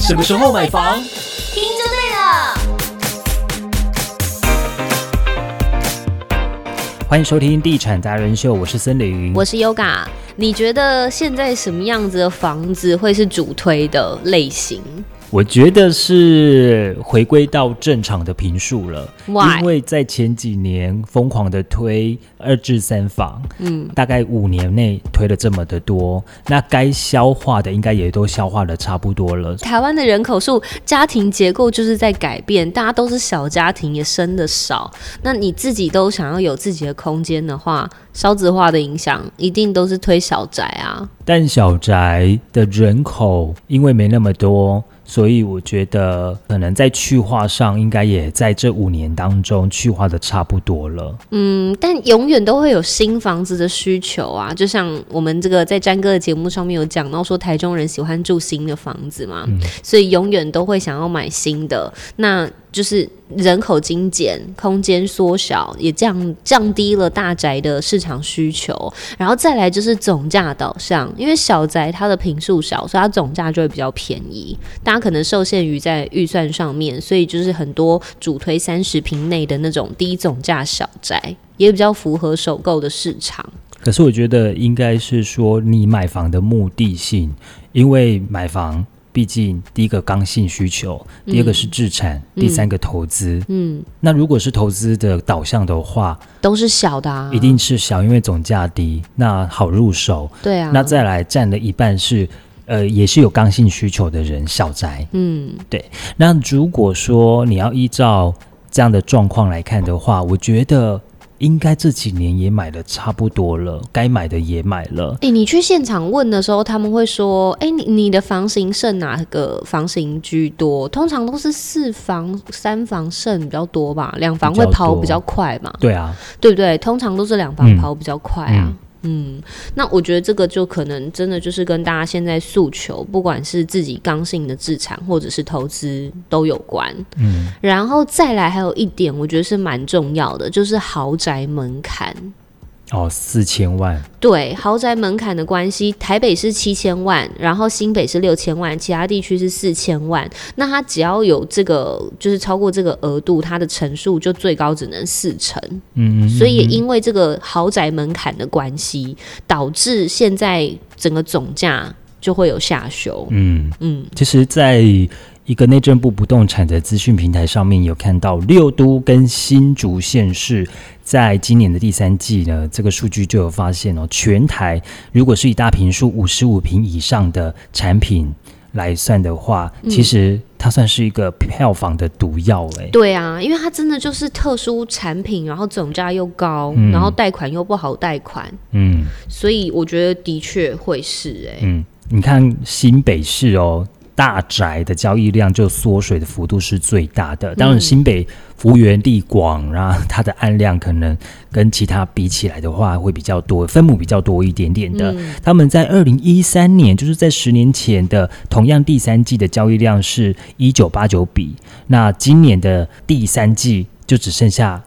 什么时候买房？ 听就对了。 欢迎收听地产达人秀，我是森林， 我是 Yoga。你觉得现在什么样子的房子会是主推的类型？ 我觉得是回归到正常的坪数了。 Why？ 因为在前几年疯狂的推2至3房，大概5年内推了这么的多，那该消化的应该也都消化的差不多了。 台湾的人口数、家庭结构就是在改变，大家都是小家庭，也生的少。那你自己都想要有自己的空间的话，少子化的影响一定都是推小宅啊。 但小宅的人口因为没那么多，所以我觉得可能在去化上应该也在这5年当中去化的差不多了。 但永远都会有新房子的需求啊，就像我们这个在詹哥的节目上面有讲到说，台中人喜欢住新的房子嘛，所以永远都会想要买新的。那就是人口精简，空间缩小，也降低了大宅的市场需求。然后再来就是总价导向，因为小宅它的坪数少，所以它总价就会比较便宜。大家可能受限于在预算上面，所以就是很多主推30坪内的那种低总价小宅，也比较符合首购的市场。 可是我觉得应该是说你买房的目的性，因为买房毕竟第一个刚性需求，第二个是置产，第三个投资。那如果是投资的导向的话， 都是小的啊， 一定是小，因为总价低，那好入手。 对啊， 那再来占了一半是也是有刚性需求的人，小宅。对。那如果说你要依照这样的状况来看的话，我觉得应该这几年也买的差不多了，该买的也买了。 你去现场问的时候，他们会说，你的房型剩哪个房型居多？通常都是4房、3房剩比较多吧，2房会跑比较快嘛。 对啊， 对不对？通常都是2房跑比较快啊。那我觉得这个就可能真的就是跟大家现在诉求，不管是自己刚性的资产或者是投资都有关。然后再来还有一点，我觉得是蛮重要的，就是豪宅门槛。 4000万。 对，豪宅门槛的关系，台北是7000万，然后新北是6000万，其他地区是4000万。那它只要有这个，就是超过这个额度，它的成数就最高只能4成。所以也因为这个豪宅门槛的关系，导致现在整个总价就会有下修。其实在一个内政部不动产的资讯平台上面有看到6都跟新竹县市在今年的第3季呢，这个数据就有发现全台如果是以大坪数55坪以上的产品来算的话，其实它算是一个票房的毒药。 对啊，因为它真的就是特殊产品，然后总价又高，然后贷款又不好贷款。所以我觉得的确会是你看新北市大宅的交易量就缩水的幅度是最大的。当然新北幅员地广，然后它的案量可能跟其他比起来的话会比较多，分母比较多一点点的。他们在2013年，就是在10年前的同样第3季的交易量是1989比，那今年的第3季就只剩下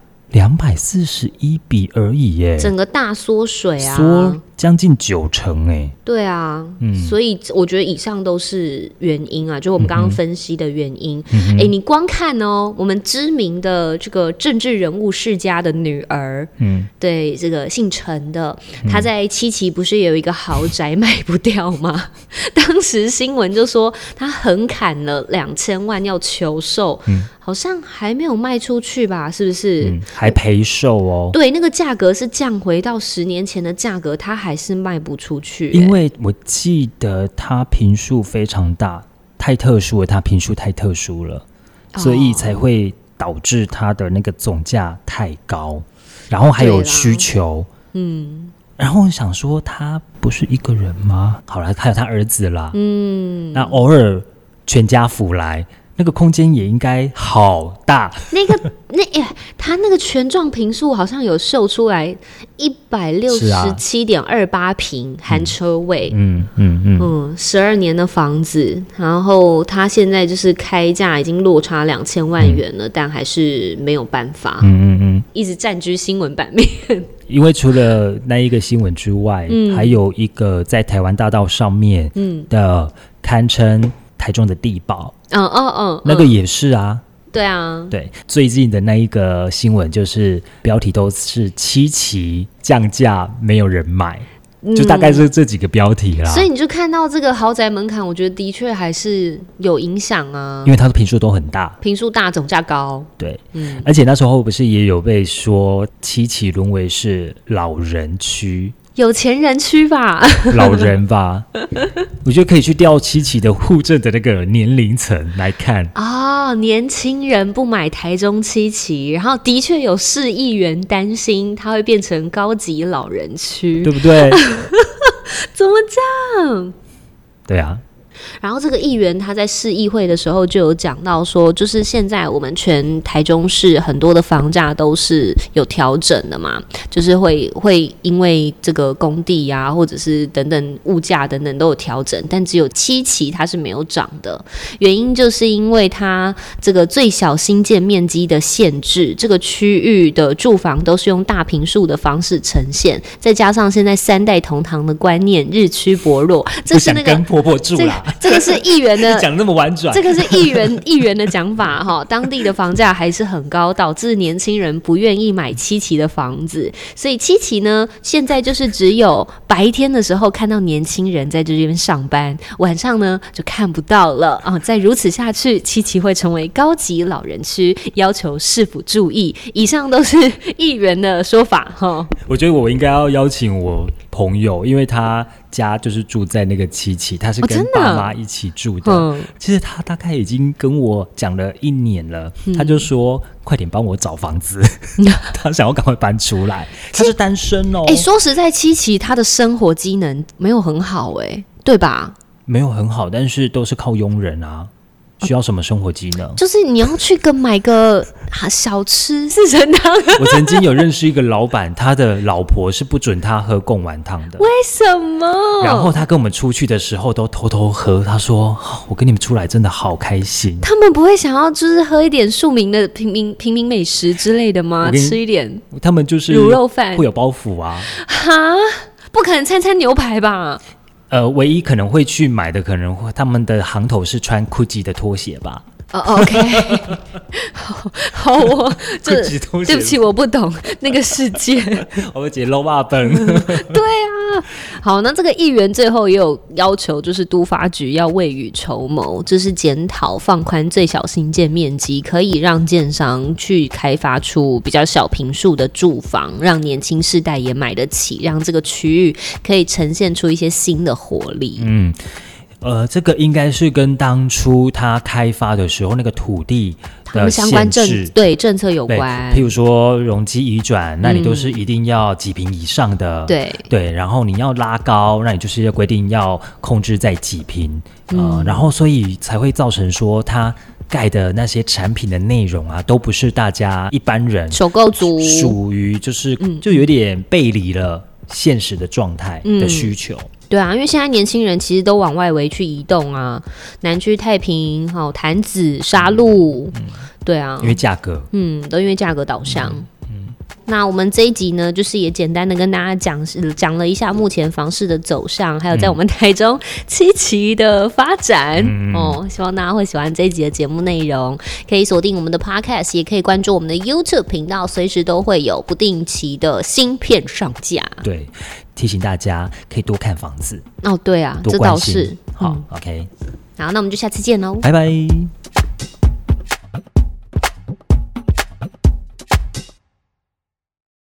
241比而已耶， 整个大缩水啊， 缩将近9成哎。 对啊，所以我觉得以上都是原因啊，就我们刚刚分析的原因。你光看我们知名的这个政治人物世家的女儿，对，这个姓陈的，她在七期不是有一个豪宅卖不掉吗？当时新闻就说她横砍了2000万要求售，好像还没有卖出去吧？是不是？ 还赔售对，那个价格是降回到10年前的价格，它还是卖不出去。 因为我记得它坪数非常大，太特殊了，它坪数太特殊了，所以才会导致它的那个总价太高，然后还有需求。然后我想说，他不是一个人吗？好了，还有他儿子啦。那偶尔全家福来，那个空间也应该好大。 他那个全幢坪数好像有秀出来167.28坪，含车位。12年的房子，然后他现在就是开价已经落差2000万元了，但还是没有办法，一直占据新闻版面。 因为除了那一个新闻之外，还有一个在台湾大道上面的堪称台台中的地堡， 嗯， 那个也是啊。 对啊， 对，最近的那一个新闻就是标题都是七期降价没有人买，就大概是这几个标题啦。 所以你就看到这个豪宅门槛，我觉得的确还是有影响啊， 因为它的坪数都很大， 坪数大，总价高。 对，而且那时候不是也有被说七期沦为是老人区。 有钱人区吧， 老人吧，我觉得可以去调七期的户政的那个年龄层来看哦，年轻人不买台中七期，然后的确有市议员担心它会变成高级老人区， 对不对？ 怎么这样？ 对啊。 然后这个议员他在市议会的时候就有讲到说，就是现在我们全台中市很多的房价都是有调整的嘛，就是会因为这个工地啊，或者是等等物价等等都有调整，但只有七期它是没有涨的，原因就是因为它这个最小新建面积的限制，这个区域的住房都是用大坪数的方式呈现，再加上现在三代同堂的观念日趋薄弱，这是那个不想跟婆婆住啦。 这个是议员的讲那么婉转， 这个是议员的讲法哈。当地的房价还是很高，导致年轻人不愿意买七期的房子，所以七期呢，现在就是只有白天的时候看到年轻人在这边上班，晚上呢就看不到了啊。再如此下去，七期会成为高级老人区，要求市府注意。以上都是议员的说法哈。 我觉得我应该要邀请我朋友，因为他家就是住在那个七期，他是跟爸妈一起住的。其实他大概已经跟我讲了1年了，他就说快点帮我找房子，他想要赶快搬出来。他是单身哦。 说实在，七期他的生活机能没有很好对吧？ 没有很好，但是都是靠佣人啊。需要什么生活机能？就是你要去买个小吃四神汤。 我曾经有认识一个老板，他的老婆是不准他喝贡丸汤的。 为什么？ 然后他跟我们出去的时候都偷偷喝。他说：“我跟你们出来真的好开心。” 他们不会想要就是喝一点庶民的平民美食之类的吗？吃一点， 他们就是卤肉饭会有包袱啊。 哈，不可能餐餐牛排吧？ 唯一可能会去买的，可能他们的行头是穿 Gucci 的拖鞋吧。 OK， 好，对不起，我不懂那个世界。 我姐搂把本。 对啊，好，那这个议员最后也有要求，就是都发局要未雨绸缪，就是检讨放宽最小新建面积，可以让建商去开发出比较小坪数的住房，让年轻世代也买得起，让这个区域可以呈现出一些新的活力。 这个应该是跟当初他开发的时候那个土地的相关限制政策有关。 譬如说容积移转，那你都是一定要几坪以上的。对，然后你要拉高，那你就是要规定要控制在几坪。然后所以才会造成说它盖的那些产品的内容啊，都不是大家一般人首购族属于就有点背离了现实的状态的需求。 对啊，因为现在年轻人其实都往外围去移动啊，南区太平、潭子、沙鹿，对啊， 因为价格， 都因为价格导向。那我们这一集呢，就是也简单的跟大家讲了一下目前房市的走向，还有在我们台中七期的发展。希望大家会喜欢这一集的节目内容，可以锁定我们的 Podcast， 也可以关注我们的 YouTube 频道，随时都会有不定期的新片上架。 对，提醒大家可以多看房子。 对啊，这倒是。 好，OK， 好，那我们就下次见喽， 拜拜。